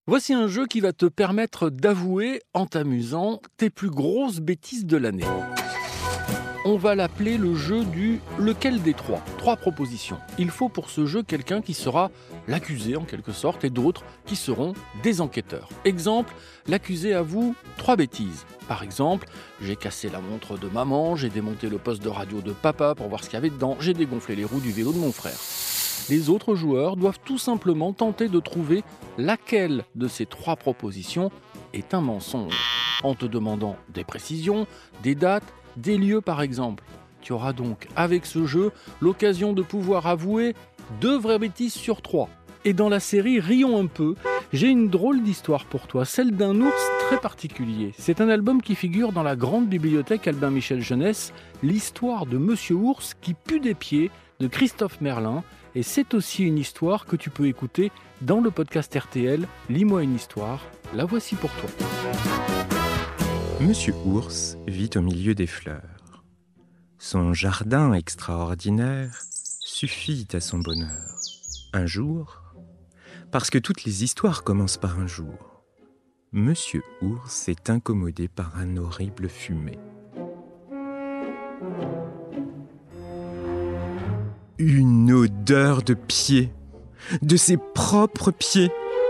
Voici un jeu qui va te permettre d'avouer, en t'amusant, tes plus grosses bêtises de l'année. On va l'appeler le jeu du « lequel des trois ?» 3 propositions. Il faut pour ce jeu quelqu'un qui sera l'accusé en quelque sorte et d'autres qui seront des enquêteurs. Exemple, l'accusé avoue 3 bêtises. Par exemple, j'ai cassé la montre de maman, j'ai démonté le poste de radio de papa pour voir ce qu'il y avait dedans, j'ai dégonflé les roues du vélo de mon frère. Les autres joueurs doivent tout simplement tenter de trouver laquelle de ces 3 propositions est un mensonge, en te demandant des précisions, des dates, des lieux par exemple. Tu auras donc avec ce jeu l'occasion de pouvoir avouer 2 vraies bêtises sur 3. Et dans la série Rions un peu, j'ai une drôle d'histoire pour toi, celle d'un ours très particulier. C'est un album qui figure dans la grande bibliothèque Albin Michel Jeunesse, l'histoire de Monsieur Ours qui pue des pieds de Christophe Merlin. Et c'est aussi une histoire que tu peux écouter dans le podcast RTL « Lis-moi une histoire ». La voici pour toi. Monsieur Ours vit au milieu des fleurs. Son jardin extraordinaire suffit à son bonheur. Un jour, parce que toutes les histoires commencent par un jour, Monsieur Ours est incommodé par un horrible fumet. Une odeur de pieds, de ses propres pieds.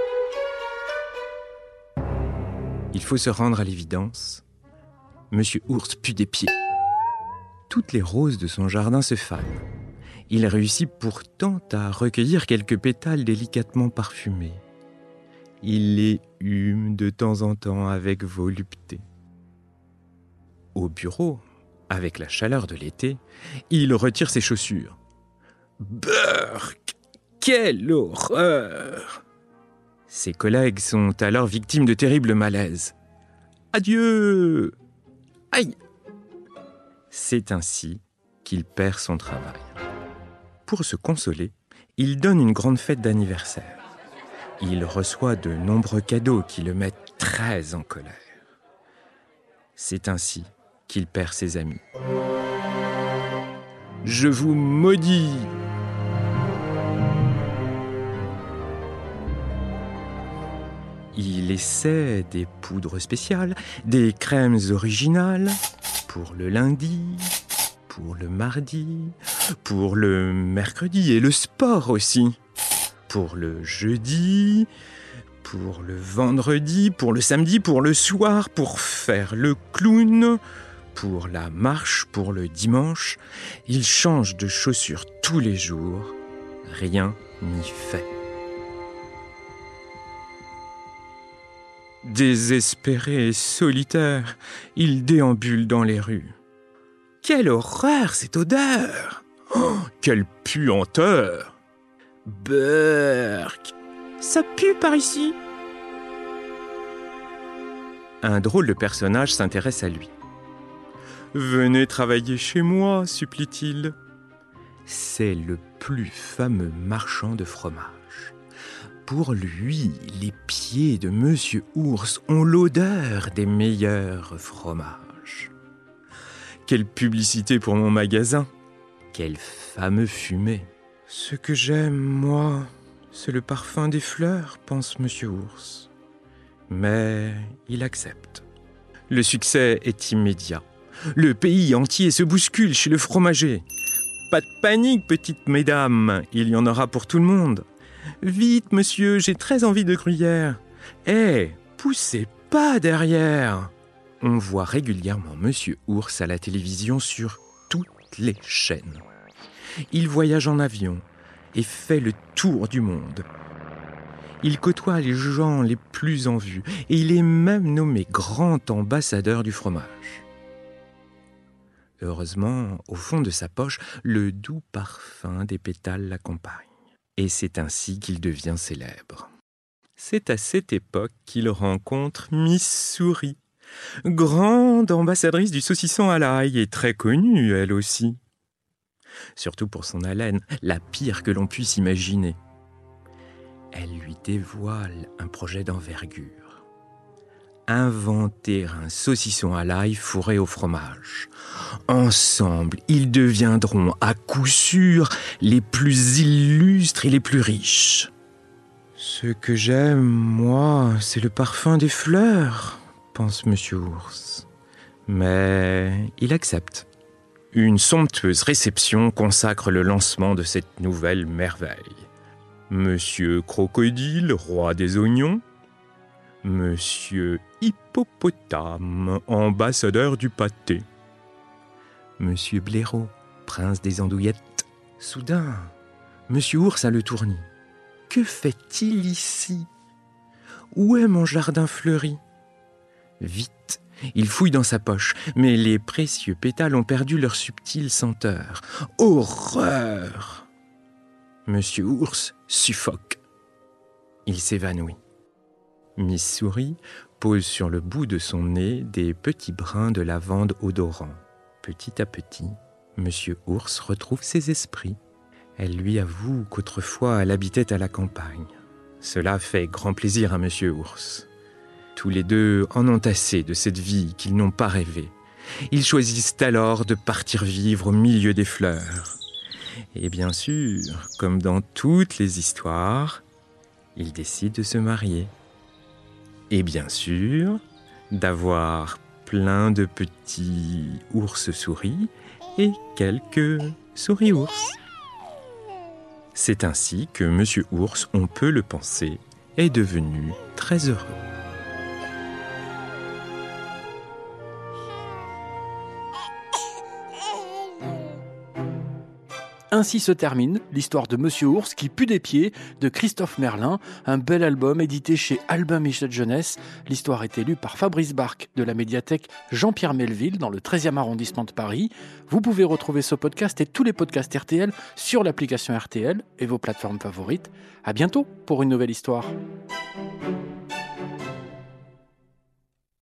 Il faut se rendre à l'évidence. Monsieur Ours pue des pieds. Toutes les roses de son jardin se fanent. Il réussit pourtant à recueillir quelques pétales délicatement parfumés. Il les hume de temps en temps avec volupté. Au bureau, avec la chaleur de l'été, il retire ses chaussures. Burk! Quelle horreur! Ses collègues sont alors victimes de terribles malaises. Adieu! Aïe! C'est ainsi qu'il perd son travail. Pour se consoler, il donne une grande fête d'anniversaire. Il reçoit de nombreux cadeaux qui le mettent très en colère. C'est ainsi qu'il perd ses amis. Je vous maudis! Il essaie des poudres spéciales, des crèmes originales, pour le lundi, pour le mardi, pour le mercredi et le sport aussi, pour le jeudi, pour le vendredi, pour le samedi, pour le soir, pour faire le clown, pour la marche, pour le dimanche. Il change de chaussures tous les jours, rien n'y fait. Désespéré et solitaire, il déambule dans les rues. Quelle horreur, cette odeur! Oh, quelle puanteur! Burk! Ça pue par ici! Un drôle de personnage s'intéresse à lui. Venez travailler chez moi, supplie-t-il. C'est le plus fameux marchand de fromage. Pour lui, les pieds de Monsieur Ours ont l'odeur des meilleurs fromages. Quelle publicité pour mon magasin! Quel fameux fumet! Ce que j'aime, moi, c'est le parfum des fleurs, pense Monsieur Ours. Mais il accepte. Le succès est immédiat. Le pays entier se bouscule chez le fromager. Pas de panique, petites mesdames, il y en aura pour tout le monde. Vite, monsieur, j'ai très envie de gruyère. Poussez pas derrière. On voit régulièrement Monsieur Ours à la télévision sur toutes les chaînes. Il voyage en avion et fait le tour du monde. Il côtoie les gens les plus en vue et il est même nommé grand ambassadeur du fromage. Heureusement, au fond de sa poche, le doux parfum des pétales l'accompagne. Et c'est ainsi qu'il devient célèbre. C'est à cette époque qu'il rencontre Miss Souris, grande ambassadrice du saucisson à l'ail et très connue, elle aussi. Surtout pour son haleine, la pire que l'on puisse imaginer. Elle lui dévoile un projet d'envergure. Inventer un saucisson à l'ail fourré au fromage. Ensemble, ils deviendront à coup sûr les plus illustres et les plus riches. Ce que j'aime, moi, c'est le parfum des fleurs, pense Monsieur Ours. Mais il accepte. Une somptueuse réception consacre le lancement de cette nouvelle merveille. Monsieur Crocodile, roi des oignons. Monsieur Hippopotame, ambassadeur du pâté. Monsieur Blaireau, prince des andouillettes. Soudain, Monsieur Ours a le tournis. Que fait-il ici? Où est mon jardin fleuri? Vite, il fouille dans sa poche, mais les précieux pétales ont perdu leur subtile senteur. Horreur! Monsieur Ours suffoque. Il s'évanouit. Miss Souris pose sur le bout de son nez des petits brins de lavande odorants. Petit à petit, Monsieur Ours retrouve ses esprits. Elle lui avoue qu'autrefois elle habitait à la campagne. Cela fait grand plaisir à Monsieur Ours. Tous les deux en ont assez de cette vie qu'ils n'ont pas rêvée. Ils choisissent alors de partir vivre au milieu des fleurs. Et bien sûr, comme dans toutes les histoires, ils décident de se marier. Et bien sûr, d'avoir plein de petits ours-souris et quelques souris-ours. C'est ainsi que Monsieur Ours, on peut le penser, est devenu très heureux. Ainsi se termine l'histoire de Monsieur Ours qui pue des pieds de Christophe Merlin, un bel album édité chez Albin Michel Jeunesse. L'histoire est lue par Fabrice Barque de la médiathèque Jean-Pierre Melville dans le 13e arrondissement de Paris. Vous pouvez retrouver ce podcast et tous les podcasts RTL sur l'application RTL et vos plateformes favorites. À bientôt pour une nouvelle histoire.